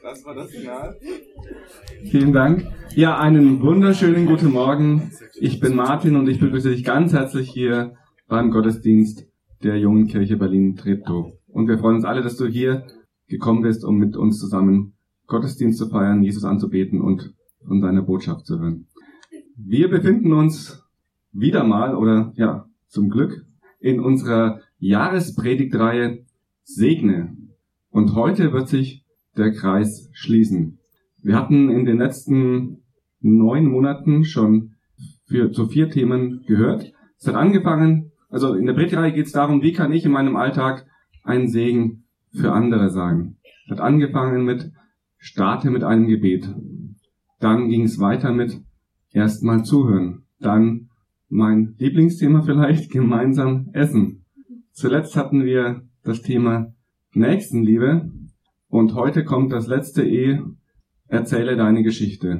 Das war das Signal. Vielen Dank. Ja, einen wunderschönen guten Morgen. Ich bin Martin und ich begrüße dich ganz herzlich hier beim Gottesdienst der Jungen Kirche Berlin-Treptow. Und wir freuen uns alle, dass du hier gekommen bist, um mit uns zusammen Gottesdienst zu feiern, Jesus anzubeten und von seiner Botschaft zu hören. Wir befinden uns wieder mal, oder ja, zum Glück, in unserer Jahrespredigtreihe Segne. Und heute wird sich der Kreis schließen. Wir hatten in den letzten 9 Monaten schon zu 4 Themen gehört. Es hat angefangen, also in der Predigtreihe geht es darum, wie kann ich in meinem Alltag ein Segen für andere sein. Es hat angefangen mit Starte mit einem Gebet. Dann ging es weiter mit erstmal zuhören. Dann mein Lieblingsthema vielleicht, gemeinsam essen. Zuletzt hatten wir das Thema Nächstenliebe. Und heute kommt das letzte erzähle deine Geschichte.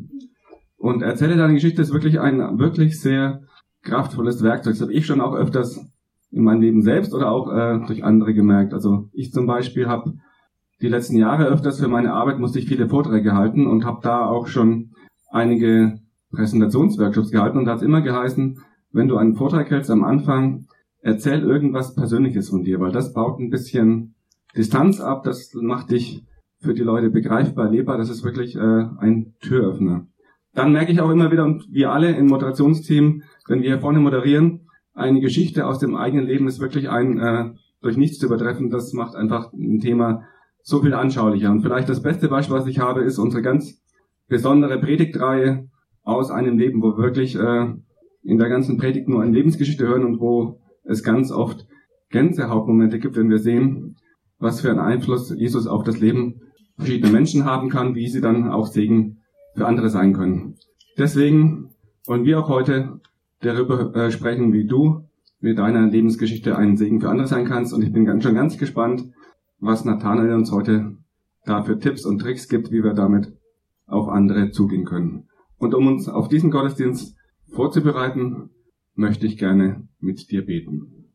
Und erzähle deine Geschichte ist wirklich ein wirklich sehr kraftvolles Werkzeug. Das habe ich schon auch öfters in meinem Leben selbst oder auch durch andere gemerkt. Also ich zum Beispiel habe die letzten Jahre öfters für meine Arbeit musste ich viele Vorträge halten und habe da auch schon einige Präsentationsworkshops gehalten. Und da hat es immer geheißen, wenn du einen Vortrag hältst am Anfang, erzähl irgendwas Persönliches von dir, weil das baut ein bisschen Distanz ab, das macht dich für die Leute begreifbar, erlebbar, das ist wirklich ein Türöffner. Dann merke ich auch immer wieder, und wir alle im Moderationsteam, wenn wir hier vorne moderieren, eine Geschichte aus dem eigenen Leben ist wirklich durch nichts zu übertreffen, das macht einfach ein Thema so viel anschaulicher. Und vielleicht das beste Beispiel, was ich habe, ist unsere ganz besondere Predigtreihe aus einem Leben, wo wir wirklich in der ganzen Predigt nur eine Lebensgeschichte hören und wo es ganz oft Gänsehautmomente gibt, wenn wir sehen, was für einen Einfluss Jesus auf das Leben verschiedener Menschen haben kann, wie sie dann auch Segen für andere sein können. Deswegen wollen wir auch heute darüber sprechen, wie du mit deiner Lebensgeschichte ein Segen für andere sein kannst. Und ich bin schon ganz gespannt, was Nathanael uns heute da für Tipps und Tricks gibt, wie wir damit auf andere zugehen können. Und um uns auf diesen Gottesdienst vorzubereiten, möchte ich gerne mit dir beten.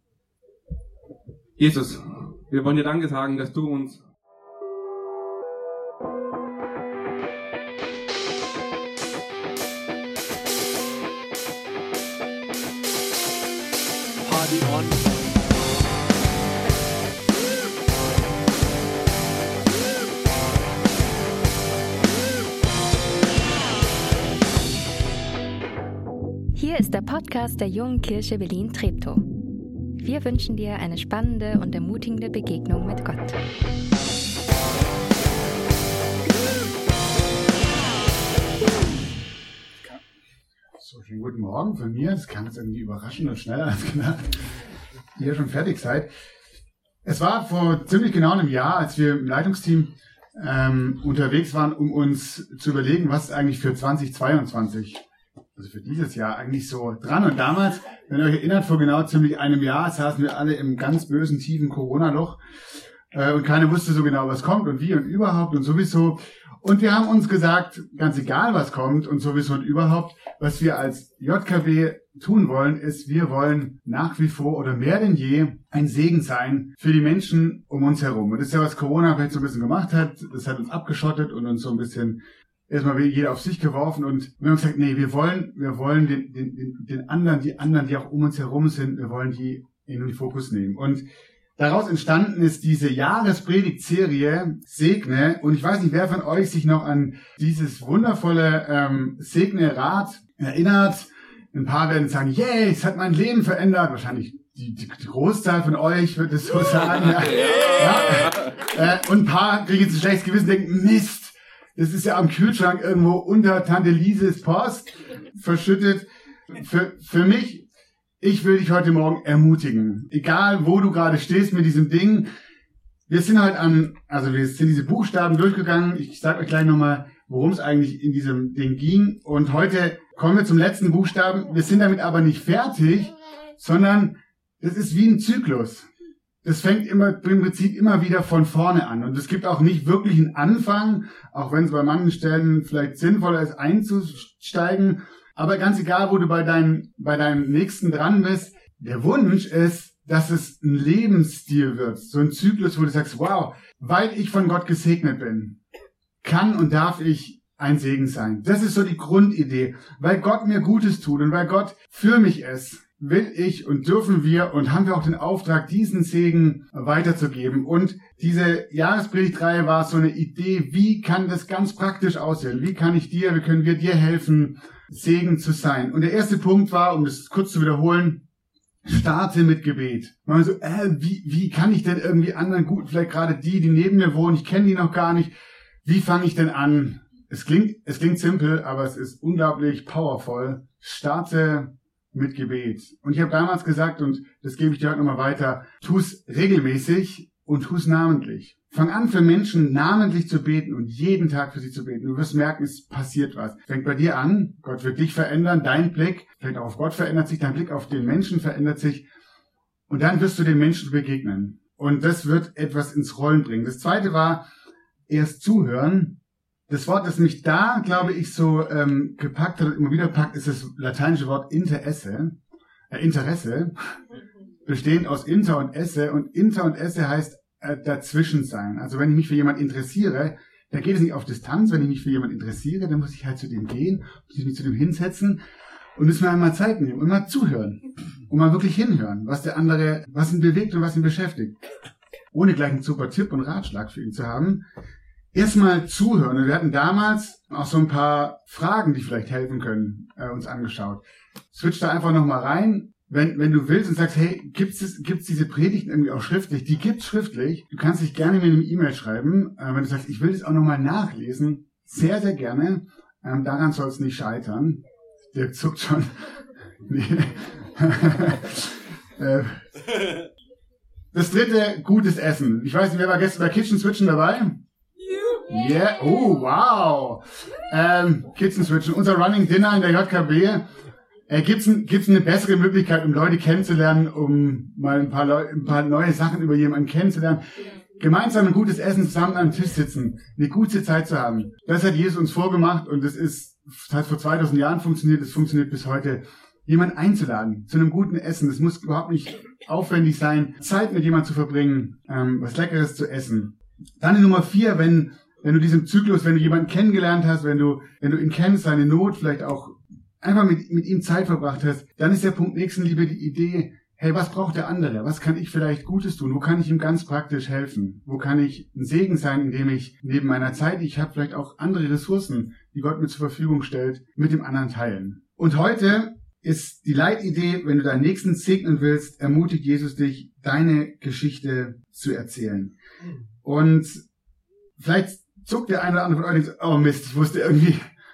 Jesus, wir wollen dir Danke sagen, dass du uns Party on. Hier ist der Podcast der Jungen Kirche Berlin-Treptow. Wir wünschen dir eine spannende und ermutigende Begegnung mit Gott. So, schönen guten Morgen von mir. Das kam jetzt irgendwie überraschend und schneller als gedacht. Ihr schon fertig seid. Es war vor ziemlich genau einem Jahr, als wir im Leitungsteam unterwegs waren, um uns zu überlegen, was eigentlich für 2022, also für dieses Jahr, eigentlich so dran. Und damals, wenn ihr euch erinnert, vor genau ziemlich einem Jahr saßen wir alle im ganz bösen, tiefen Corona-Loch und keiner wusste so genau, was kommt und wie und überhaupt und sowieso. Und wir haben uns gesagt, ganz egal, was kommt und sowieso und überhaupt, was wir als JKW tun wollen, ist, wir wollen nach wie vor oder mehr denn je ein Segen sein für die Menschen um uns herum. Und das ist ja, was Corona vielleicht so ein bisschen gemacht hat. Das hat uns abgeschottet und uns so ein bisschen erstmal jeder auf sich geworfen. Und wir haben gesagt, nee, wir wollen den anderen, die auch um uns herum sind, wir wollen die in den Fokus nehmen. Und daraus entstanden ist diese Jahrespredigtserie Segne. Und ich weiß nicht, wer von euch sich noch an dieses wundervolle Segne-Rad erinnert. Ein paar werden sagen, yay, es hat mein Leben verändert. Wahrscheinlich die Großzahl von euch wird es so sagen. Ja. Und ein paar kriegen jetzt ein schlechtes Gewissen und denken, Mist, das ist ja am Kühlschrank irgendwo unter Tante Lieses Post verschüttet. Für mich, ich will dich heute Morgen ermutigen. Egal, wo du gerade stehst mit diesem Ding. Wir sind halt wir sind diese Buchstaben durchgegangen. Ich sage euch gleich nochmal, worum es eigentlich in diesem Ding ging. Und heute kommen wir zum letzten Buchstaben. Wir sind damit aber nicht fertig, sondern das ist wie ein Zyklus. Das fängt im Prinzip immer wieder von vorne an. Und es gibt auch nicht wirklich einen Anfang, auch wenn es bei manchen Stellen vielleicht sinnvoller ist, einzusteigen. Aber ganz egal, wo du bei deinem Nächsten dran bist, der Wunsch ist, dass es ein Lebensstil wird. So ein Zyklus, wo du sagst, wow, weil ich von Gott gesegnet bin, kann und darf ich ein Segen sein. Das ist so die Grundidee. Weil Gott mir Gutes tut und weil Gott für mich ist, will ich und dürfen wir und haben wir auch den Auftrag, diesen Segen weiterzugeben. Und diese Jahrespredigtreihe war so eine Idee, wie kann das ganz praktisch aussehen? Wie können wir dir helfen, Segen zu sein? Und der erste Punkt war, um das kurz zu wiederholen, starte mit Gebet. Man so, wie kann ich denn irgendwie anderen gut, vielleicht gerade die neben mir wohnen, ich kenne die noch gar nicht, wie fange ich denn an? Es klingt simpel, aber es ist unglaublich powerful. Starte mit Gebet. Und ich habe damals gesagt, und das gebe ich dir heute nochmal weiter, tu es regelmäßig und tu es namentlich. Fang an, für Menschen namentlich zu beten und jeden Tag für sie zu beten. Du wirst merken, es passiert was. Fängt bei dir an, Gott wird dich verändern, dein Blick, vielleicht auch auf Gott verändert sich, dein Blick auf den Menschen verändert sich. Und dann wirst du den Menschen begegnen. Und das wird etwas ins Rollen bringen. Das zweite war, erst zuhören. Das Wort, das mich da, glaube ich, so gepackt hat und immer wieder packt, ist das lateinische Wort Interesse, bestehend aus Inter und Esse. Und Inter und Esse heißt dazwischen sein. Also wenn ich mich für jemand interessiere, dann geht es nicht auf Distanz. Wenn ich mich für jemand interessiere, dann muss ich halt zu dem gehen, muss ich mich zu dem hinsetzen und müssen wir einmal Zeit nehmen und mal zuhören und mal wirklich hinhören, was der andere, was ihn bewegt und was ihn beschäftigt. Ohne gleich einen super Tipp und Ratschlag für ihn zu haben. Erstmal zuhören. Und wir hatten damals auch so ein paar Fragen, die vielleicht helfen können, uns angeschaut. Switch da einfach nochmal rein. Wenn du willst und sagst, hey, gibt's diese Predigten irgendwie auch schriftlich? Die gibt's schriftlich. Du kannst dich gerne mir eine E-Mail schreiben. Wenn du sagst, ich will das auch nochmal nachlesen, sehr, sehr gerne. Daran soll es nicht scheitern. Der zuckt schon. Nee. Das dritte, gutes Essen. Ich weiß nicht, wer war gestern bei Kitchen Switchen dabei? Yeah, oh wow. Kitchen Switchen, unser Running Dinner in der JKB. Gibt's eine bessere Möglichkeit, um Leute kennenzulernen, um mal ein paar neue Sachen über jemanden kennenzulernen? Gemeinsam ein gutes Essen, zusammen am Tisch sitzen, eine gute Zeit zu haben. Das hat Jesus uns vorgemacht und das hat vor 2000 Jahren funktioniert, das funktioniert bis heute. Jemanden einzuladen zu einem guten Essen, das muss überhaupt nicht aufwendig sein, Zeit mit jemandem zu verbringen, was Leckeres zu essen. Dann die Nummer 4, wenn du diesen Zyklus, wenn du jemanden kennengelernt hast, wenn du ihn kennst, seine Not, vielleicht auch einfach mit ihm Zeit verbracht hast, dann ist der Punkt Nächstenliebe die Idee, hey, was braucht der andere? Was kann ich vielleicht Gutes tun? Wo kann ich ihm ganz praktisch helfen? Wo kann ich ein Segen sein, indem ich neben meiner Zeit, ich habe vielleicht auch andere Ressourcen, die Gott mir zur Verfügung stellt, mit dem anderen teilen. Und heute ist die Leitidee, wenn du deinen Nächsten segnen willst, ermutigt Jesus dich, deine Geschichte zu erzählen. Und vielleicht zuckt der eine oder andere von euch und sagt, oh Mist, ich wusste irgendwie,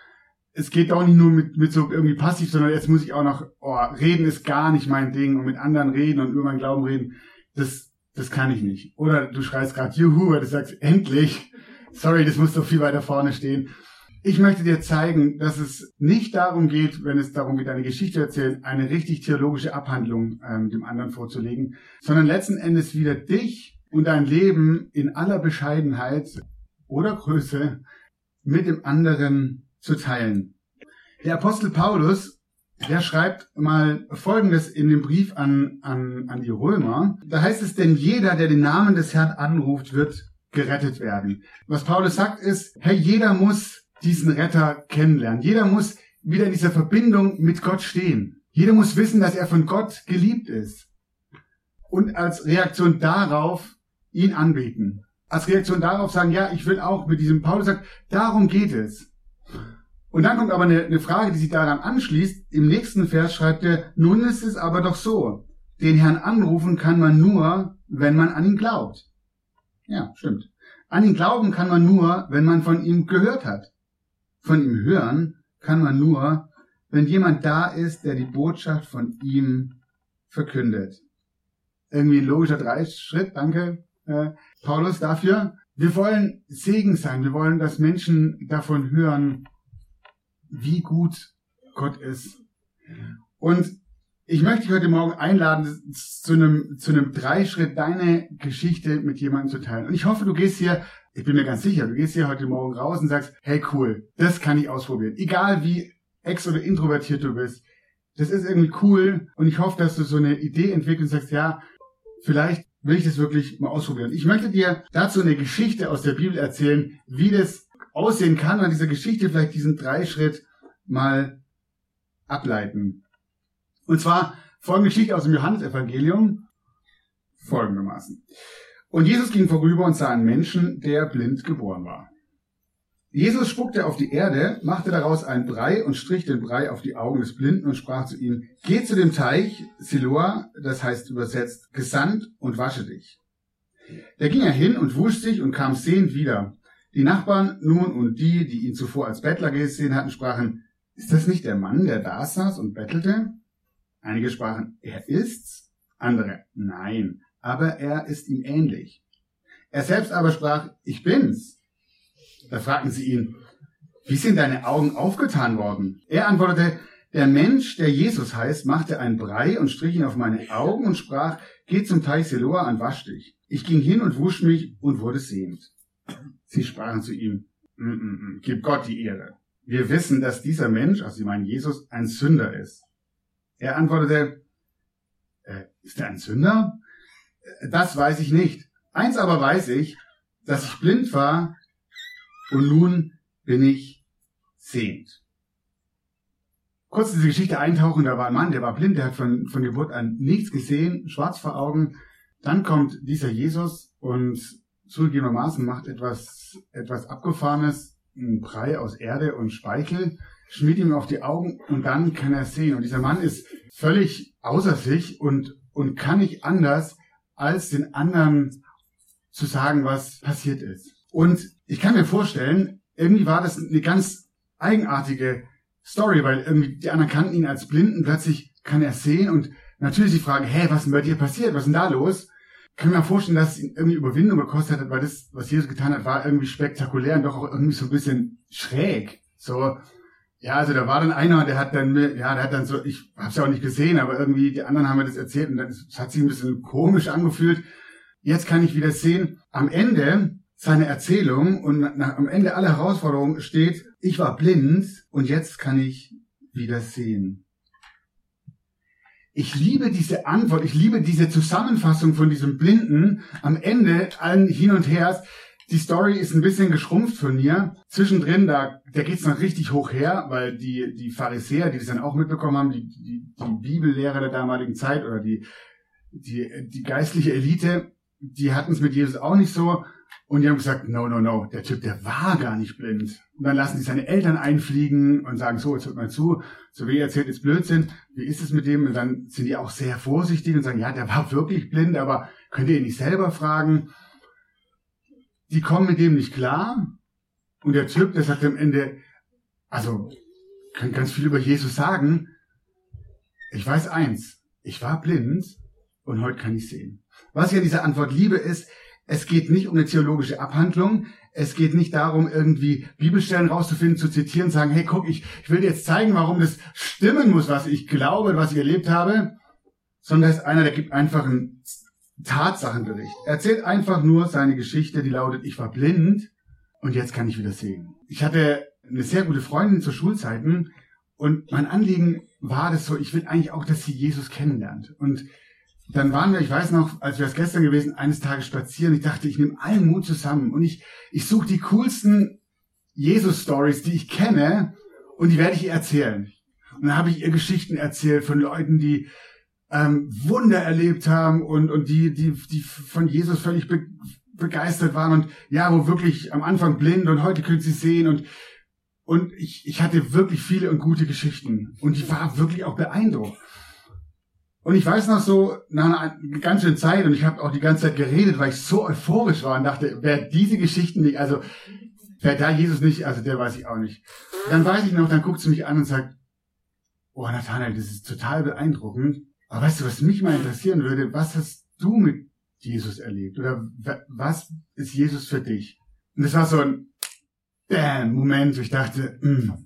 es geht doch nicht nur mit so irgendwie passiv, sondern jetzt muss ich auch noch, reden ist gar nicht mein Ding und mit anderen reden und über meinen Glauben reden, das kann ich nicht. Oder du schreist gerade, juhu, oder du sagst, endlich, sorry, das muss doch viel weiter vorne stehen. Ich möchte dir zeigen, dass es nicht darum geht, wenn es darum geht, eine Geschichte zu erzählen, eine richtig theologische Abhandlung dem anderen vorzulegen, sondern letzten Endes wieder dich und dein Leben in aller Bescheidenheit oder Größe mit dem anderen zu teilen. Der Apostel Paulus, der schreibt mal Folgendes in dem Brief an die Römer. Da heißt es, denn jeder, der den Namen des Herrn anruft, wird gerettet werden. Was Paulus sagt ist, hey, jeder muss diesen Retter kennenlernen. Jeder muss wieder in dieser Verbindung mit Gott stehen. Jeder muss wissen, dass er von Gott geliebt ist. Und als Reaktion darauf ihn anbeten. Als Reaktion darauf sagen, ja, ich will auch mit diesem, Paulus sagt, darum geht es. Und dann kommt aber eine Frage, die sich daran anschließt. Im nächsten Vers schreibt er, nun ist es aber doch so, den Herrn anrufen kann man nur, wenn man an ihn glaubt. Ja, stimmt. An ihn glauben kann man nur, wenn man von ihm gehört hat. Von ihm hören kann man nur, wenn jemand da ist, der die Botschaft von ihm verkündet. Irgendwie ein logischer Dreischritt, danke Paulus dafür. Wir wollen Segen sein, wir wollen, dass Menschen davon hören, wie gut Gott ist. Und ich möchte dich heute Morgen einladen, zu einem Dreischritt deine Geschichte mit jemandem zu teilen. Und ich hoffe, du gehst hier, ich bin mir ganz sicher, du gehst hier heute Morgen raus und sagst, hey cool, das kann ich ausprobieren. Egal wie ex- oder introvertiert du bist, das ist irgendwie cool. Und ich hoffe, dass du so eine Idee entwickelst und sagst, ja, vielleicht will ich das wirklich mal ausprobieren. Ich möchte dir dazu eine Geschichte aus der Bibel erzählen, wie das aussehen kann, an dieser Geschichte vielleicht diesen 3-Schritt mal ableiten. Und zwar folgende Geschichte aus dem Johannesevangelium folgendermaßen. Und Jesus ging vorüber und sah einen Menschen, der blind geboren war. Jesus spuckte auf die Erde, machte daraus einen Brei und strich den Brei auf die Augen des Blinden und sprach zu ihm, geh zu dem Teich, Siloa, das heißt übersetzt, gesandt, und wasche dich. Da ging er hin und wusch sich und kam sehend wieder. Die Nachbarn nun und die ihn zuvor als Bettler gesehen hatten, sprachen, ist das nicht der Mann, der da saß und bettelte? Einige sprachen, er ist's. Andere, nein, aber er ist ihm ähnlich. Er selbst aber sprach, ich bin's. Da fragten sie ihn, wie sind deine Augen aufgetan worden? Er antwortete, der Mensch, der Jesus heißt, machte einen Brei und strich ihn auf meine Augen und sprach, geh zum Teich Siloa und wasch dich. Ich ging hin und wusch mich und wurde sehend. Sie sprachen zu ihm, gib Gott die Ehre. Wir wissen, dass dieser Mensch, also sie meinen Jesus, ein Sünder ist. Er antwortete, ist er ein Sünder? Das weiß ich nicht. Eins aber weiß ich, dass ich blind war, und nun bin ich sehend. Kurz in diese Geschichte eintauchen, da war ein Mann, der war blind, der hat von Geburt an nichts gesehen, schwarz vor Augen. Dann kommt dieser Jesus und zugegebenermaßen macht etwas Abgefahrenes, einen Brei aus Erde und Speichel, schmiert ihm auf die Augen und dann kann er sehen. Und dieser Mann ist völlig außer sich und kann nicht anders, als den anderen zu sagen, was passiert ist. Und ich kann mir vorstellen, irgendwie war das eine ganz eigenartige Story, weil irgendwie die anderen kannten ihn als Blinden, plötzlich kann er sehen und natürlich die Frage, was ist denn bei dir passiert, was ist denn da los? Ich kann mir vorstellen, dass es ihn irgendwie Überwindung gekostet hat, weil das, was Jesus getan hat, war irgendwie spektakulär und doch auch irgendwie so ein bisschen schräg. So, ja, also da war dann einer, der hat dann so, ich hab's ja auch nicht gesehen, aber irgendwie die anderen haben mir das erzählt und das hat sich ein bisschen komisch angefühlt. Jetzt kann ich wieder sehen, am Ende seine Erzählung und am Ende aller Herausforderungen steht, ich war blind und jetzt kann ich wieder sehen. Ich liebe diese Antwort, ich liebe diese Zusammenfassung von diesem Blinden am Ende allen hin und her. Die Story ist ein bisschen geschrumpft von mir. Zwischendrin, da geht's noch richtig hoch her, weil die Pharisäer, die das dann auch mitbekommen haben, die Bibellehrer der damaligen Zeit oder die geistliche Elite, die hatten es mit Jesus auch nicht so. Und die haben gesagt, no, der Typ, der war gar nicht blind. Und dann lassen die seine Eltern einfliegen und sagen, so, jetzt hört mal zu, so wie ihr erzählt, ist Blödsinn, wie ist es mit dem? Und dann sind die auch sehr vorsichtig und sagen, ja, der war wirklich blind, aber könnt ihr ihn nicht selber fragen? Die kommen mit dem nicht klar. Und der Typ, der sagt am Ende, also, kann ganz viel über Jesus sagen. Ich weiß eins, ich war blind und heute kann ich sehen. Was ich an dieser Antwort liebe, ist, es geht nicht um eine theologische Abhandlung. Es geht nicht darum, irgendwie Bibelstellen rauszufinden, zu zitieren, sagen, hey, guck, ich will dir jetzt zeigen, warum das stimmen muss, was ich glaube, was ich erlebt habe. Sondern da ist einer, der gibt einfach einen Tatsachenbericht. Er erzählt einfach nur seine Geschichte, die lautet, ich war blind und jetzt kann ich wieder sehen. Ich hatte eine sehr gute Freundin zu Schulzeiten und mein Anliegen war das so, ich will eigentlich auch, dass sie Jesus kennenlernt. Und dann waren wir, ich weiß noch, als wir es gestern gewesen, eines Tages spazieren. Ich dachte, ich nehme allen Mut zusammen und ich suche die coolsten Jesus-Stories, die ich kenne, und die werde ich ihr erzählen. Und dann habe ich ihr Geschichten erzählt von Leuten, die Wunder erlebt haben und die von Jesus völlig begeistert waren und ja, wo wirklich am Anfang blind und heute können sie sehen und ich hatte wirklich viele und gute Geschichten und ich war wirklich auch beeindruckt. Und ich weiß noch so, nach einer ganz schönen Zeit, und ich habe auch die ganze Zeit geredet, weil ich so euphorisch war und dachte, wer diese Geschichten nicht, also wer da Jesus nicht, also der weiß ich auch nicht. Dann weiß ich noch, dann guckt sie mich an und sagt, oh Nathanael, das ist total beeindruckend. Aber weißt du, was mich mal interessieren würde, was hast du mit Jesus erlebt? Oder was ist Jesus für dich? Und das war so ein Moment, wo ich dachte,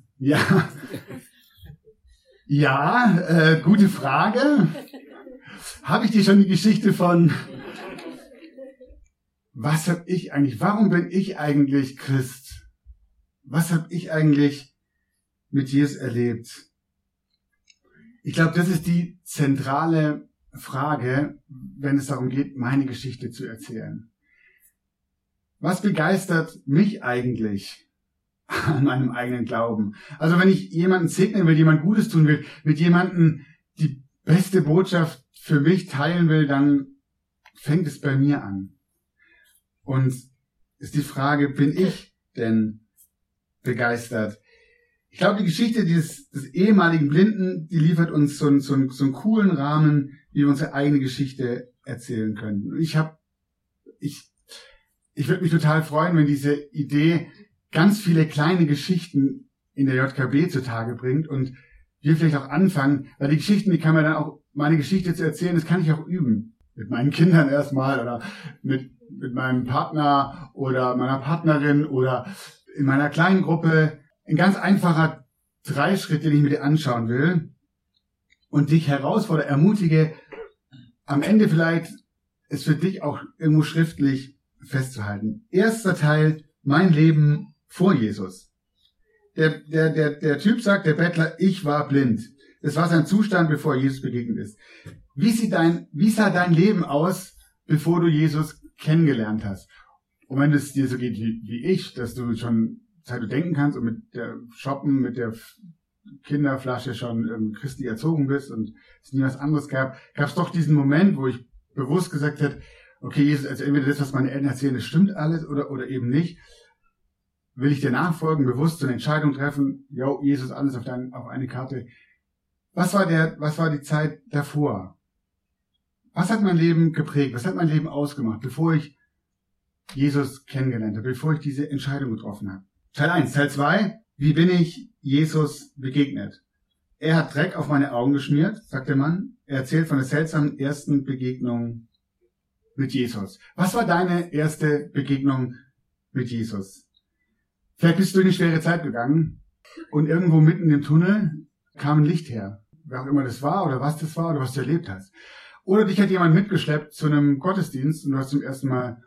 ja, gute Frage. Habe ich dir schon die Geschichte von, was habe ich eigentlich, warum bin ich eigentlich Christ? Was habe ich eigentlich mit Jesus erlebt? Ich glaube, das ist die zentrale Frage, wenn es darum geht, meine Geschichte zu erzählen. Was begeistert mich eigentlich an meinem eigenen Glauben. Also wenn ich jemanden segnen will, jemand Gutes tun will, mit jemandem die beste Botschaft für mich teilen will, dann fängt es bei mir an. Und ist die Frage, bin ich denn begeistert? Ich glaube, die Geschichte des ehemaligen Blinden, die liefert uns so einen coolen Rahmen, wie wir unsere eigene Geschichte erzählen können. Ich würde mich total freuen, wenn diese Idee ganz viele kleine Geschichten in der JKB zutage bringt und wir vielleicht auch anfangen, weil die Geschichten, die kann man dann auch, meine Geschichte zu erzählen, das kann ich auch üben. Mit meinen Kindern erstmal oder mit meinem Partner oder meiner Partnerin oder in meiner kleinen Gruppe. Ein ganz einfacher 3-Schritt, den ich mir dir anschauen will und dich herausfordere, ermutige, am Ende vielleicht es für dich auch irgendwo schriftlich festzuhalten. Erster Teil, mein Leben vor Jesus. Der Typ sagt, der Bettler, ich war blind. Das war sein Zustand, bevor Jesus begegnet ist. Wie sah dein Leben aus, bevor du Jesus kennengelernt hast? Und wenn es dir so geht wie ich, dass du schon seit du denken kannst und mit der Shoppen, mit der Kinderflasche schon christlich erzogen bist und es nie was anderes gab es doch diesen Moment, wo ich bewusst gesagt habe, okay, Jesus, also entweder das, was meine Eltern erzählen, das stimmt alles oder eben nicht. Will ich dir nachfolgen, bewusst eine Entscheidung treffen, yo, Jesus, alles auf eine Karte. Was war die Zeit davor? Was hat mein Leben geprägt? Was hat mein Leben ausgemacht, bevor ich Jesus kennengelernt habe, bevor ich diese Entscheidung getroffen habe? Teil 1. Teil 2. Wie bin ich Jesus begegnet? Er hat Dreck auf meine Augen geschmiert, sagt der Mann. Er erzählt von der seltsamen ersten Begegnung mit Jesus. Was war deine erste Begegnung mit Jesus? Vielleicht bist du durch eine schwere Zeit gegangen und irgendwo mitten im Tunnel kam ein Licht her. Wer auch immer das war oder was das war oder was du erlebt hast. Oder dich hat jemand mitgeschleppt zu einem Gottesdienst und du hast zum ersten Mal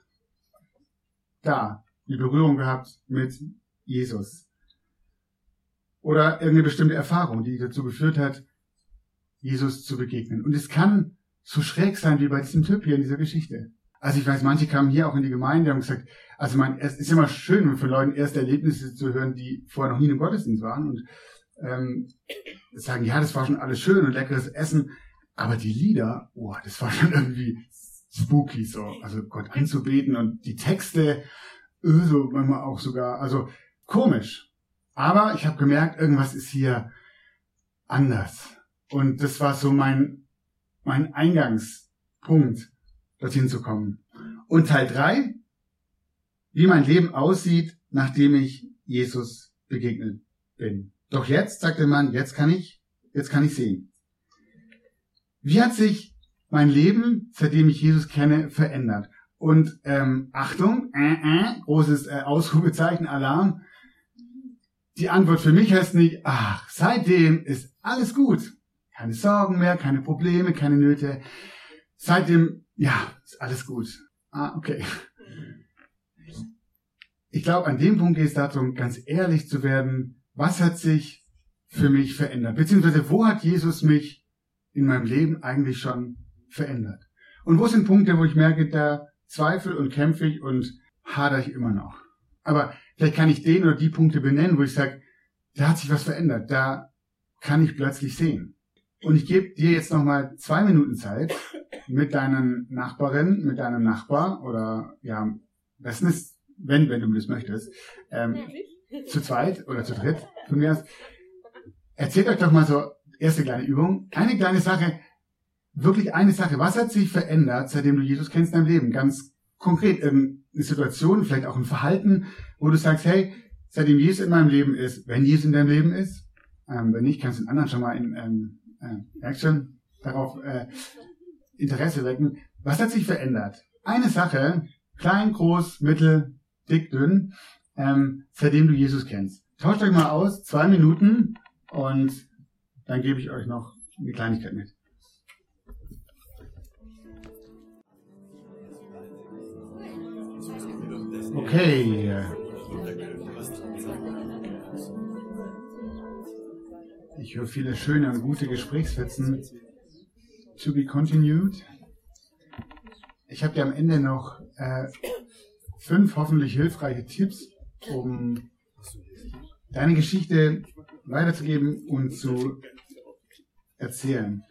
da die Berührung gehabt mit Jesus. Oder irgendeine bestimmte Erfahrung, die dazu geführt hat, Jesus zu begegnen. Und es kann so schräg sein wie bei diesem Typ hier in dieser Geschichte. Also ich weiß, manche kamen hier auch in die Gemeinde und haben gesagt, also es ist immer schön, von Leuten erste Erlebnisse zu hören, die vorher noch nie im Gottesdienst waren und sagen, ja, das war schon alles schön und leckeres Essen, aber die Lieder, das war schon irgendwie spooky so, also Gott anzubeten und die Texte, so manchmal auch sogar, also komisch. Aber ich habe gemerkt, irgendwas ist hier anders. Und das war so mein Eingangspunkt, dorthin zu kommen. Und Teil 3, wie mein Leben aussieht, nachdem ich Jesus begegnet bin. Doch jetzt, sagt der Mann, jetzt kann ich sehen. Wie hat sich mein Leben, seitdem ich Jesus kenne, verändert? Und Achtung, großes Ausrufezeichen, Alarm. Die Antwort für mich heißt nicht, seitdem ist alles gut. Keine Sorgen mehr, keine Probleme, keine Nöte. Seitdem, ist alles gut. Okay. Ich glaube, an dem Punkt geht es darum, ganz ehrlich zu werden, was hat sich für mich verändert? Beziehungsweise, wo hat Jesus mich in meinem Leben eigentlich schon verändert? Und wo sind Punkte, wo ich merke, da zweifle und kämpfe ich und hadere ich immer noch? Aber vielleicht kann ich den oder die Punkte benennen, wo ich sage, da hat sich was verändert, da kann ich plötzlich sehen. Und ich gebe dir jetzt nochmal 2 Minuten Zeit mit deinen Nachbarin, mit deinem Nachbar oder besten ist, wenn du das möchtest, zu zweit oder zu dritt von mir aus. Erzählt euch doch mal so, erste kleine Übung, eine kleine Sache, wirklich eine Sache. Was hat sich verändert, seitdem du Jesus kennst in deinem Leben? Ganz konkret, eine Situation, vielleicht auch ein Verhalten, wo du sagst, hey, seitdem Jesus in meinem Leben ist, wenn Jesus in deinem Leben ist, wenn nicht, kannst du den anderen schon mal in Action darauf Interesse wecken. Was hat sich verändert? Eine Sache, klein, groß, mittel, dick, dünn, seitdem du Jesus kennst. Tauscht euch mal aus, 2 Minuten und dann gebe ich euch noch eine Kleinigkeit mit. Okay. Ich höre viele schöne und gute Gesprächsfetzen. To be continued. Ich habe dir am Ende noch 5 hoffentlich hilfreiche Tipps, um deine Geschichte weiterzugeben und zu erzählen.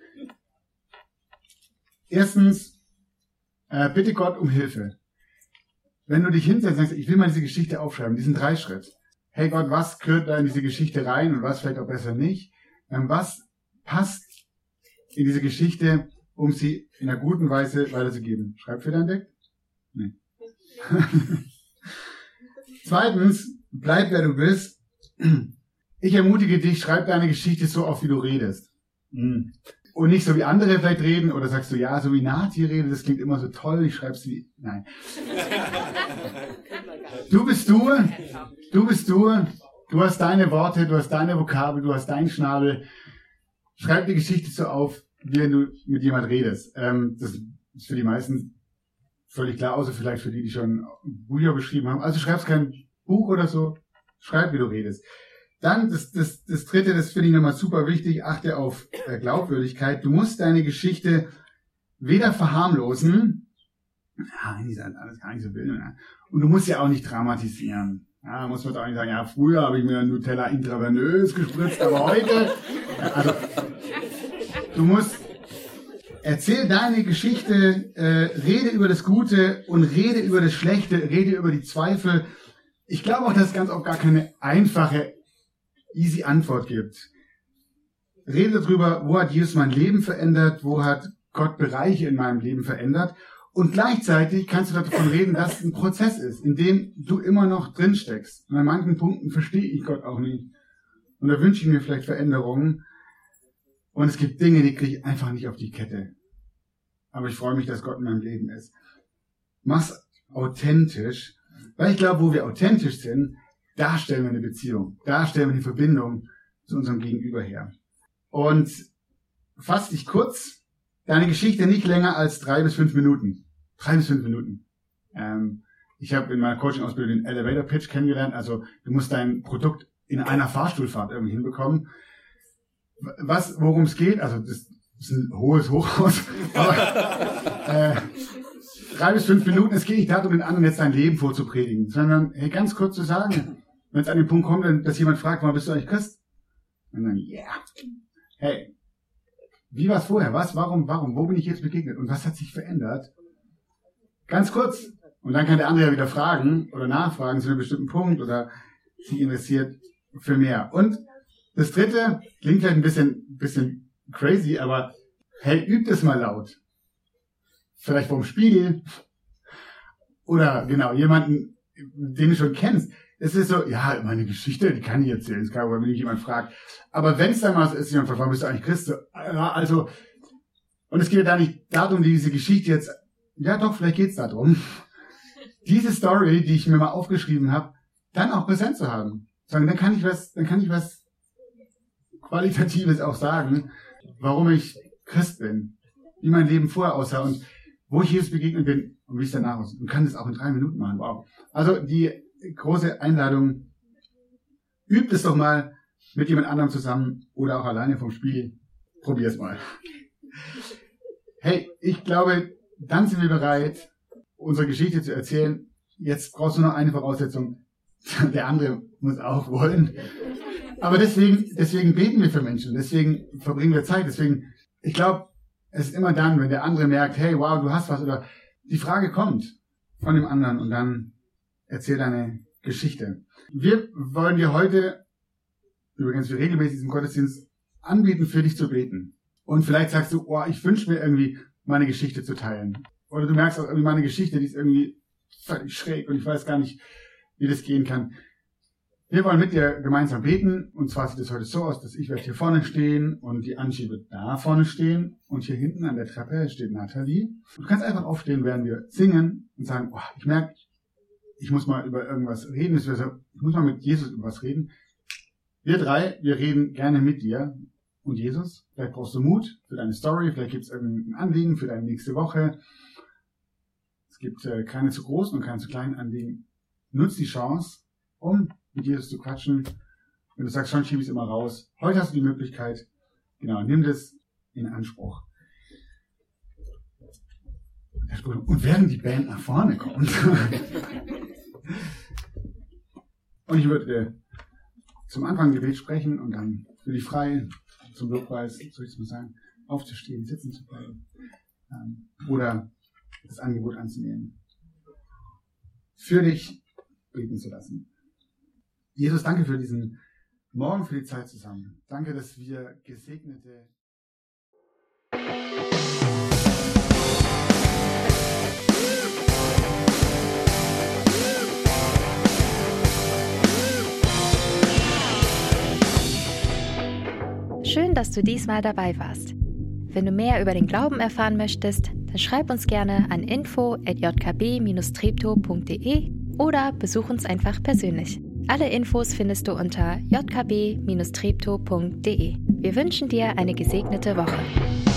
Erstens, bitte Gott um Hilfe. Wenn du dich hinsetzt und sagst, ich will mal diese Geschichte aufschreiben, diesen 3-Schritt. Hey Gott, was gehört da in diese Geschichte rein und was vielleicht auch besser nicht? Was passt in diese Geschichte, um sie in einer guten Weise weiterzugeben? Schreib für dein Deck? Nee. Zweitens, bleib wer du bist. Ich ermutige dich, schreib deine Geschichte so auf, wie du redest. Und nicht so wie andere vielleicht reden, oder sagst du, ja, so wie Nati redet, das klingt immer so toll, ich schreib's wie, nein. Du bist du, du hast deine Worte, du hast deine Vokabel, du hast deinen Schnabel. Schreib die Geschichte so auf, wie du mit jemand redest. Das ist für die meisten völlig klar, außer vielleicht für die schon Bücher geschrieben haben. Also schreibst kein Buch oder so, schreib, wie du redest. Dann das Dritte, das finde ich nochmal super wichtig, achte auf Glaubwürdigkeit. Du musst deine Geschichte weder verharmlosen, die sind alles gar nicht so wild, ne? Und du musst ja auch nicht dramatisieren. Ja, muss man auch nicht sagen, ja, früher habe ich mir Nutella intravenös gespritzt, aber heute, also, du musst, erzähl deine Geschichte, rede über das Gute und rede über das Schlechte, rede über die Zweifel. Ich glaube auch, dass es ganz oft gar keine einfache, easy Antwort gibt. Rede darüber, wo hat Jesus mein Leben verändert, wo hat Gott Bereiche in meinem Leben verändert. Und gleichzeitig kannst du davon reden, dass es ein Prozess ist, in dem du immer noch drin steckst. Und an manchen Punkten verstehe ich Gott auch nicht. Und da wünsche ich mir vielleicht Veränderungen. Und es gibt Dinge, die kriege ich einfach nicht auf die Kette. Aber ich freue mich, dass Gott in meinem Leben ist. Mach's authentisch. Weil ich glaube, wo wir authentisch sind, da stellen wir eine Beziehung. Da stellen wir eine Verbindung zu unserem Gegenüber her. Und fass dich kurz. Deine Geschichte nicht länger als 3 bis 5 Minuten. 3 bis 5 Minuten. Ich habe in meiner Coaching-Ausbildung den Elevator Pitch kennengelernt. Also du musst dein Produkt in einer Fahrstuhlfahrt irgendwie hinbekommen. Worum es geht, also das ist ein hohes Hochhaus, aber 3 bis 5 Minuten, es geht nicht darum, den anderen jetzt sein Leben vorzupredigen, sondern hey, ganz kurz zu sagen, wenn es an den Punkt kommt, dass jemand fragt, warum bist du eigentlich Christ? Und dann, yeah. Hey, wie war es vorher? Warum? Wo bin ich jetzt begegnet? Und was hat sich verändert? Ganz kurz. Und dann kann der andere ja wieder fragen oder nachfragen zu einem bestimmten Punkt oder sich interessiert für mehr. Und das Dritte klingt vielleicht ein bisschen crazy, aber hey, übt es mal laut. Vielleicht vorm Spiegel. Oder genau, jemanden, den du schon kennst. Es ist so, ja, meine Geschichte, die kann ich erzählen. Ist klar, wenn mich jemand fragt. Aber wenn es dann mal so ist, jemand fragt, warum bist du eigentlich Christ? Ja, also, und es geht ja da nicht darum, diese Geschichte jetzt, ja doch, vielleicht geht's darum, diese Story, die ich mir mal aufgeschrieben habe, dann auch präsent zu haben. Sagen, dann kann ich was Qualitatives auch sagen, warum ich Christ bin, wie mein Leben vorher aussah und wo ich Jesus begegnet bin und wie es danach aussieht. Und kann das auch in 3 Minuten machen. Wow. Also die große Einladung, übt es doch mal mit jemand anderem zusammen oder auch alleine vom Spiel. Probier es mal. Hey, ich glaube, dann sind wir bereit, unsere Geschichte zu erzählen. Jetzt brauchst du noch eine Voraussetzung. Der andere muss auch wollen. Aber deswegen beten wir für Menschen. Deswegen verbringen wir Zeit. Deswegen, ich glaube, es ist immer dann, wenn der andere merkt, hey, wow, du hast was, oder die Frage kommt von dem anderen und dann erzähl deine Geschichte. Wir wollen dir heute, übrigens wir regelmäßig im Gottesdienst, anbieten, für dich zu beten. Und vielleicht sagst du, oh, ich wünsche mir irgendwie, meine Geschichte zu teilen. Oder du merkst auch irgendwie, meine Geschichte, die ist irgendwie völlig schräg und ich weiß gar nicht, wie das gehen kann. Wir wollen mit dir gemeinsam beten. Und zwar sieht es heute so aus, dass ich werde hier vorne stehen und die Angie wird da vorne stehen. Und hier hinten an der Treppe steht Nathalie. Und du kannst einfach aufstehen, während wir singen und sagen, oh, ich merke, ich muss mal über irgendwas reden. Ich muss mal mit Jesus über was reden. Wir 3, wir reden gerne mit dir und Jesus. Vielleicht brauchst du Mut für deine Story. Vielleicht gibt es irgendein Anliegen für deine nächste Woche. Es gibt keine zu großen und keine zu kleinen Anliegen. Nutz die Chance, um mit Jesus zu quatschen. Wenn du sagst, schon schiebe ich es immer raus. Heute hast du die Möglichkeit. Genau, nimm das in Anspruch. Und während die Band nach vorne kommt. Und ich würde zum Anfang ein Gebet sprechen und dann für dich frei zum Lobpreis, soll ich es mal sagen, aufzustehen, sitzen zu bleiben oder das Angebot anzunehmen. Für dich beten zu lassen. Jesus, danke für diesen Morgen, für die Zeit zusammen. Danke, dass wir gesegnete... Schön, dass du diesmal dabei warst. Wenn du mehr über den Glauben erfahren möchtest, dann schreib uns gerne an info@jkb-treptow.de oder besuch uns einfach persönlich. Alle Infos findest du unter jkb-treptow.de. Wir wünschen dir eine gesegnete Woche.